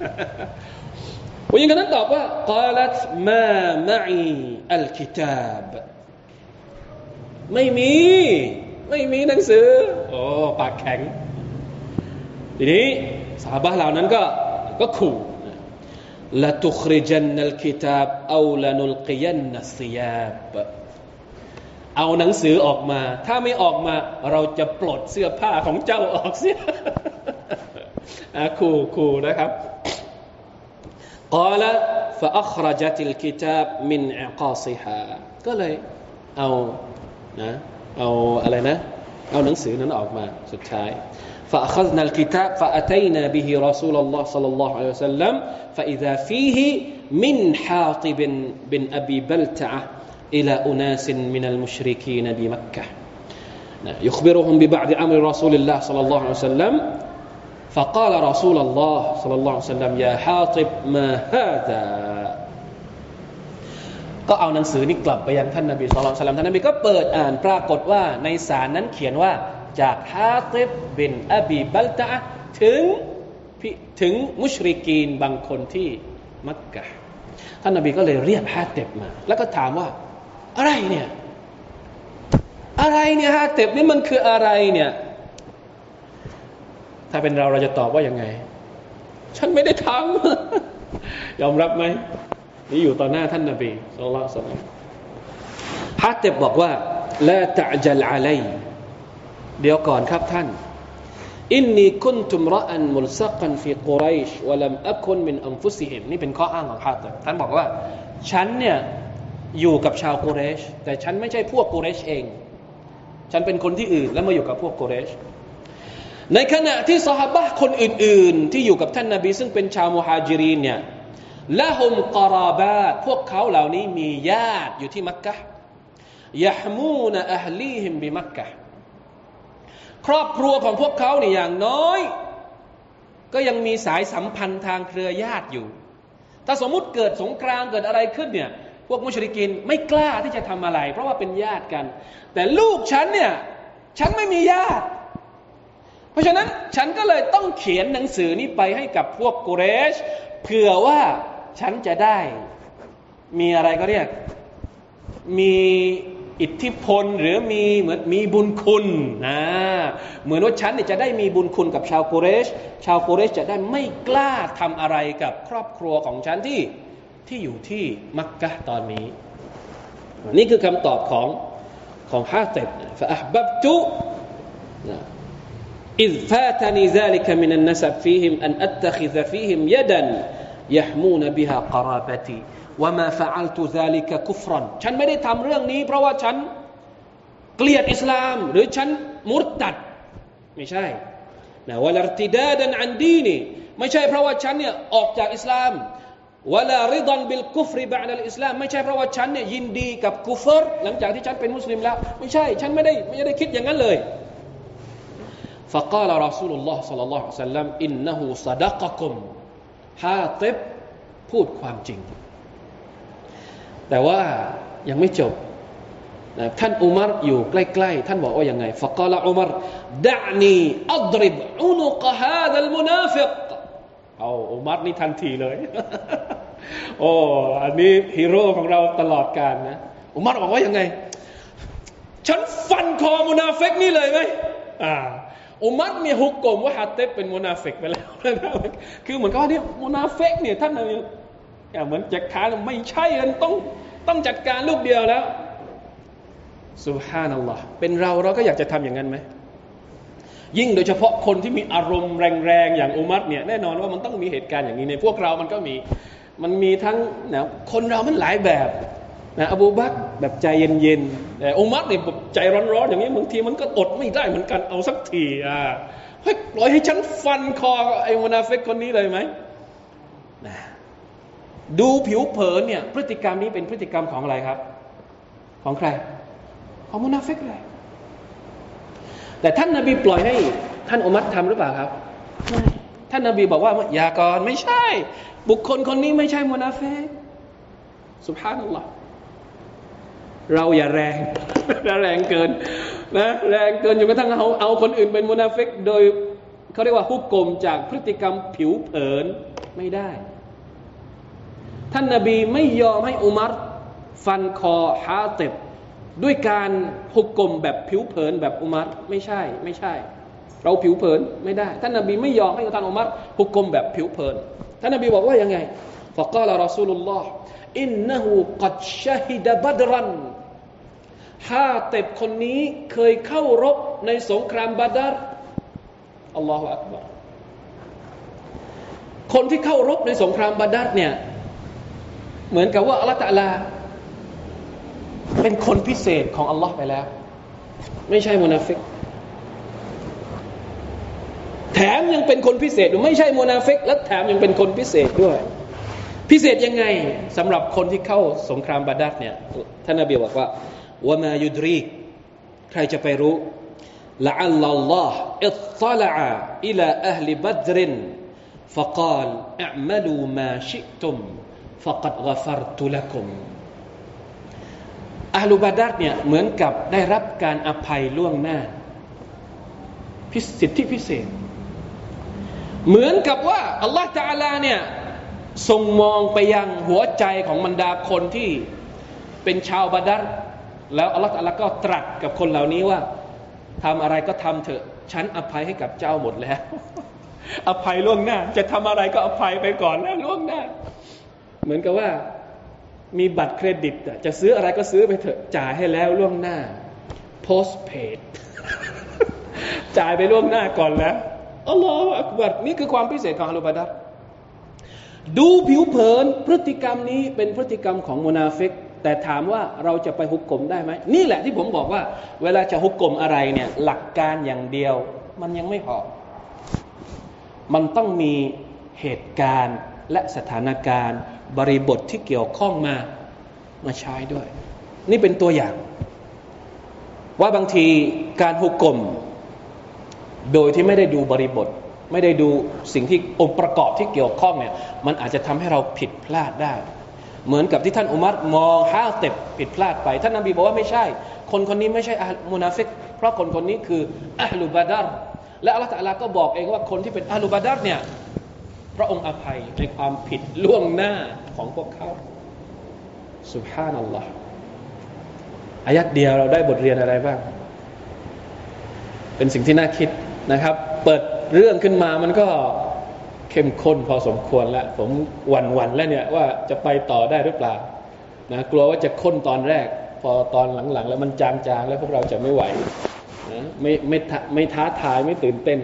ผู้หญิงคนนั้นตอบว่า قالت ما معي الكتاب ไม่มีไม่มีหนังสือโอ้ปากแข็งทีนี้ซอฮาบะห์เหล่านั้นก็ก็ขู่ละตุคริจันนัลกิตาบเอาละนุลกิยันนัสซิยาบเอาหนังสือออกมาถ้าไม่ออกมาเราจะปลดเสื้อผ้าของเจ้าออกเสียอ่ะขู่ขู่นะครับกล่าวฟะอัครจัติลกิตาบมินอิกาซิฮาก็เลยเอานะเอาอะไรนะเอาหนังสือนั้นออกมาสุดท้ายفأخذنا الكتاب فأتينا به رسول الله صلى الله عليه وسلم فإذا فيه من حاطب بن أبي بلتعة إلى أناس من المشركين بمكة يخبرهم ببعض أمر رسول الله صلى الله عليه وسلم فقال رسول الله صلى الله عليه وسلم يا حاطب ما هذا ก็เอาหนังสือนี้กลับไปยังท่านนบีศ็อลลัลลอฮุอะลัยฮิวะซัลลัมท่านนบีก็เปิดอ่านปรากฏว่าในสารนั้นเขียนว่าจากฮาติบบินอบีบัลตะถึงถึงมุชริกีนบางคนที่มักกะฮ์ท่านนบีก็เลยเรียกฮาติบมาแล้วก็ถามว่าอะไรเนี่ยอะไรเนี่ยฮาติบนี่มันคืออะไรเนี่ยถ้าเป็นเราเราจะตอบว่ายังไงฉันไม่ได้ทำยอมรับไหมนี่อยู่ต่อหน้าท่านนบีศ็อลลัลลอฮุอะลัยฮิวะซัลลัมฮาติบบอกว่าลาตะจัลอะลัยเดี๋ยวก่อนครับท่านอินนีคุนตุมรออันมุลซักันฟีกุไรชวะลัมอะกุนมินอันฟุซิฮิมนี่เป็นข้ออ้างของฮาติบท่านบอกว่าฉันเนี่ยอยู่กับชาวกุเรชแต่ฉันไม่ใช่พวกกุเรชเองฉันเป็นคนที่อื่นแล้วมาอยู่กับพวกกุเรชในขณะที่ซอฮาบะห์คนอื่นๆที่อยู่กับท่านนบีซึ่งเป็นชาวมุฮาญิรินเนี่ยละฮุมกอราบาตพวกเขาเหล่านี้มีญาติอยู่ที่มักกะฮ์ยะฮ์มูนอะห์ลีฮิมบิมักกะฮ์ครอบครัวของพวกเขาเนี่ยอย่างน้อยก็ยังมีสายสัมพันธ์ทางเครือญาติอยู่ถ้าสมมุติเกิดสงครามเกิดอะไรขึ้นเนี่ยพวกมุชริกีนไม่กล้าที่จะทำอะไรเพราะว่าเป็นญาติกันแต่ลูกฉันเนี่ยฉันไม่มีญาติเพราะฉะนั้นฉันก็เลยต้องเขียนหนังสือนี้ไปให้กับพวกกุเรชเผื่อว่าฉันจะได้มีอะไรก็เรียกมีอิทธิพลหรือมีเหมือนมีบุญคุณนะเหมือนว่าฉันเนี่ยจะได้มีบุญคุณกับชาวกุเรชชาวกุเรชจะได้ไม่กล้าทำอะไรกับครอบครัวของฉันที่ที่อยู่ที่มักกะฮ์ตอนนี้นี่คือคำตอบของของฮาติบฟะอะห์บับตุإذ فاتني ذلك من النسب فيهم أن أتخذ فيهم يدا يحمون بها قرابتي وما فعلت ذلك كفرا ฉันไม่ได้ทำเรื่องนี้เพราะว่าฉันเกลียดอิสลามหรือฉันมุรตัดไม่ใช่นะวะลาอิรติดาดันอันดีนีไม่ใช่เพราะว่าฉันเนี่ยออกจากอิสลามวะลาริดันบิลกุฟริบะอ์ดะลอิสลามไม่ใช่เพราะว่าฉันเนี่ยยินดีกับกุฟรหลังจากที่ฉันเป็นมุสลิมแล้วไม่ใช่ฉันไม่ได้ไม่ได้คิดอย่างนั้นเลย فقال رسول الله صلى الله عليه وسلم إنه صدقكم ฮาติบพูดความจริงแต่ว่ายังไม่จบนะท่านอุมัรอยู่ใกล้ๆท่านบอกว่ายังไง فقال عمر دعني أضرب عنق هذا المنافق เอาอุมัรนี่ทันทีเลยโอ้อันนี้ฮีโร่ของเราตลอดกาลนะอุมัรบอกว่ายังไงฉันฟันคอมุนาฟิกนี่เลยไหมอ่าอุมัรมีฮุกกลมว่าฮาติบเป็นมุนาฟิกไปแล้วคือเหมือนกับว่านี่มุนาฟิกเนี่ยท่านนบีเหมือนจะค้านไม่ใช่กันต้องต้องจัดการลูกเดียวแล้วซุบฮานัลลอฮ์เป็นเราเราก็อยากจะทำอย่างนั้นไหมยิ่งโดยเฉพาะคนที่มีอารมณ์แรงๆอย่างอุมัรเนี่ยแน่นอนว่ามันต้องมีเหตุการณ์อย่างนี้ในพวกเรามันก็มีมันมีทั้งนะคนเรามันหลายแบบนะอบูบักรแบบใจเย็นๆแต่อุมัรเนี่ยแบบใจร้อนๆอย่างนี้บางทีมันก็อดไม่ได้เหมือนกันเอาสักทีอ่าเฮ้ยปล่อยให้ฉันฟันคอไอ้มุนาฟิกคนนี้เลยไหมนะดูผิวเผินเนี่ยพฤติกรรมนี้เป็นพฤติกรรมของอะไรครับของใครของมุนาฟิกเลยแต่ท่านนบีปล่อยให้ท่านอุมัรทำหรือเปล่าครับไม่ท่านนบีบอกว่าอย่าก่อนไม่ใช่บุคคลคนนี้ไม่ใช่มุนาฟิกซุบฮานัลลอฮ์เราอย่าแรงแรงเกินนะแรงเกินจนกระทั่งเอาเอาคนอื่นเป็นมุนาฟิกโดยเขาเรียกว่าฮุกกลมจากพฤติกรรมผิวเผินไม่ได้ท่านนบีไม่ยอมให้อุมัรฟันคอฮาติบด้วยการฮุกกลมแบบผิวเผินแบบอุมัรไม่ใช่ไม่ใช่เราผิวเผินไม่ได้ท่านนบีไม่ยอมให้ท่านอุมัรฮุกกลมแบบผิวเผินท่านนบีบอกว่ายังไงฟะกาลรอซูลุลลอฮ์อินนะฮูกัดชะฮิดะบัดรันฮาติบคนนี้เคยเข้ารบในสงครามบาดรอัลลอฮฺอักบัรคนที่เข้ารบในสงครามบาดรเนี่ยเหมือนกับว่าอัลเลาะห์ตะอาลาเป็นคนพิเศษของอัลลอฮ์ไปแล้วไม่ใช่มุนาฟิกแถมยังเป็นคนพิเศษไม่ใช่มุนาฟิกและแถมยังเป็นคนพิเศษด้วยพิเศษยังไงสำหรับคนที่เข้าสงครามบาดรเนี่ยท่านนบีบอกว่าวะมายุดรีกใครจะไปรู้ละอัลลัลลอฮ์อิฏฏละอะอิลาอะห์ลิบัดรفقال اعملوا ما شئتم فقد غفرت لكم อะห์ลุบาดรเนี่ยเหมือนกับได้รับการอภัยล่วงหน้าพิสิทธิพิเศษเหมือนกับว่าอัลลอฮฺตะอาลาเนี่ยทรงมองไปยังหัวใจของบรรดาคนที่เป็นชาวบาดรแล้วอัลลอฮฺตะอาลาก็ตรัสกับคนเหล่านี้ว่าทำอะไรก็ทำเถอะฉันอภัยให้กับเจ้าหมดแล้วอภัยล่วงหน้าจะทำอะไรก็อภัยไปก่อนแล้วล่วงหน้าเหมือนกับว่ามีบัตรเครดิตจะซื้ออะไรก็ซื้อไปเถอะจ่ายให้แล้วล่วงหน้า postpaid จ่ายไปล่วงหน้าก่อนแล้วอัลลอฮฺอักบัรนี่คือความพิเศษของอะห์ลุบาดรดูผิวเผินพฤติกรรมนี้เป็นพฤติกรรมของมุนาฟิกแต่ถามว่าเราจะไปฮุกกลมได้ไหมนี่แหละที่ผมบอกว่าเวลาจะฮุกกลมอะไรเนี่ยหลักการอย่างเดียวมันยังไม่พอมันต้องมีเหตุการณ์และสถานการณ์บริบทที่เกี่ยวข้องมามาใช้ด้วยนี่เป็นตัวอย่างว่าบางทีการฮุกกลมโดยที่ไม่ได้ดูบริบทไม่ได้ดูสิ่งที่องค์ประกอบที่เกี่ยวข้องเนี่ยมันอาจจะทำให้เราผิดพลาดได้เหมือนกับที่ท่านอุมัรมองฮาเต็บผิดพลาดไปท่านนบีบอกว่าไม่ใช่คนคนนี้ไม่ใช่มุนาฟิกเพราะคนคนนี้คืออะห์ลุบาดรและอัลเลาะห์ตะอาลาก็บอกเองว่าคนที่เป็นอะห์ลุบาดรเนี่ยพระองค์อภัยในความผิดล่วงหน้าของพวกเขาซุบฮานัลลอฮ์อายัดเดียวเราได้บทเรียนอะไรบ้างเป็นสิ่งที่น่าคิดนะครับเปิดเรื่องขึ้นมามันก็เข้มข้นพอสมควรแล้วผมหวั่นๆแล้วเนี่ยว่าจะไปต่อได้หรือเปล่านะกลัวว่าจะข้นตอนแรกพอตอนหลังๆแล้วมันจางๆแล้วพวกเราจะไม่ไหวนะไม่ไม่ไม่ท้าทายไม่ตื่นเต้น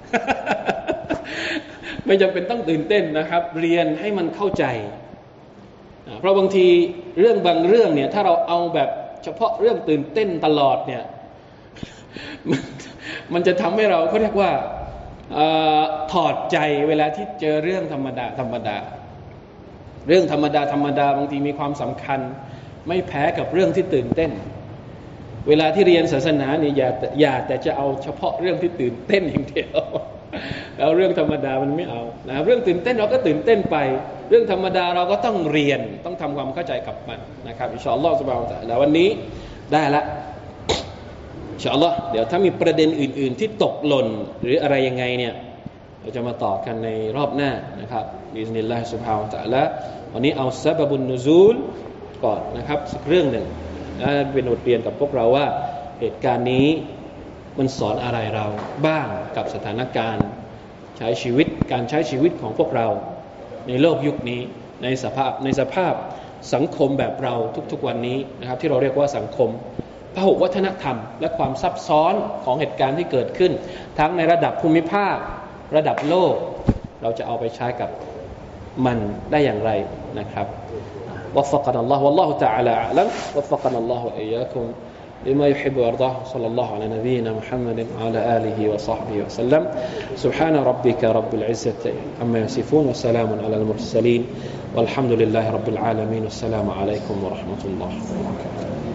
ไม่จำเป็นต้องตื่นเต้นนะครับเรียนให้มันเข้าใจเพราะบางทีเรื่องบางเรื่องเนี่ยถ้าเราเอาแบบเฉพาะเรื่องตื่นเต้นตลอดเนี่ย มันมันจะทำให้เราเขาเรียกว่าถอดใจเวลาที่เจอเรื่องธรรมดาธรรมดาเรื่องธรรมดาธรรมดาบางทีมีความสำคัญไม่แพ้กับเรื่องที่ตื่นเต้นเวลาที่เรียนศาสนาเนี่ยอย่าอย่าแต่จะเอาเฉพาะเรื่องที่ตื่นเต้นอย่างเดียวแล้วเรื่องธรรมดามันไม่เอานะเรื่องตื่นเต้นเราก็ตื่นเต้นไปเรื่องธรรมดาเราก็ต้องเรียนต้องทำความเข้าใจกับมันนะครับอินชาอัลลอฮฺซุบฮานะฮูวะตะอาลาวันนี้ได้ละอินชาอัลลอฮฺเดี๋ยวถ้ามีประเด็นอื่นๆที่ตกหล่นหรืออะไรยังไงเนี่ยเราจะมาต่อกันในรอบหน้านะครับบิอิซนิลลาฮิซุบฮานะฮูวะตะอาลาวันนี้เอาซะบะบุนนุซูลก่อนนะครับสักเรื่องหนึ่งนะเป็นบทเรียนกับพวกเราว่าเหตุการณ์นี้มันสอนอะไรเราบ้างกับสถานการณ์ใช้ชีวิตการใช้ชีวิตของพวกเราในโลกยุคนี้ในสภาพในสภาพสังคมแบบเราทุกๆวันนี้นะครับที่เราเรียกว่าสังคมพหุวัฒนธรรมและความซับซ้อนของเหตุการณ์ที่เกิดขึ้นทั้งในระดับภูมิภาคระดับโลกเราจะเอาไปใช้กับมันได้อย่างไรนะครับوفقنا الله والله تعالى أعلم وفقنا الله وإياكم لما يحب ويرضاه صلى الله على نبينا محمد وعلى آله وصحبه وسلم سبحان ربك رب العزة عما يصفون وسلام على المرسلين والحمد لله رب العالمين والسلام عليكم ورحمة الله وبركاته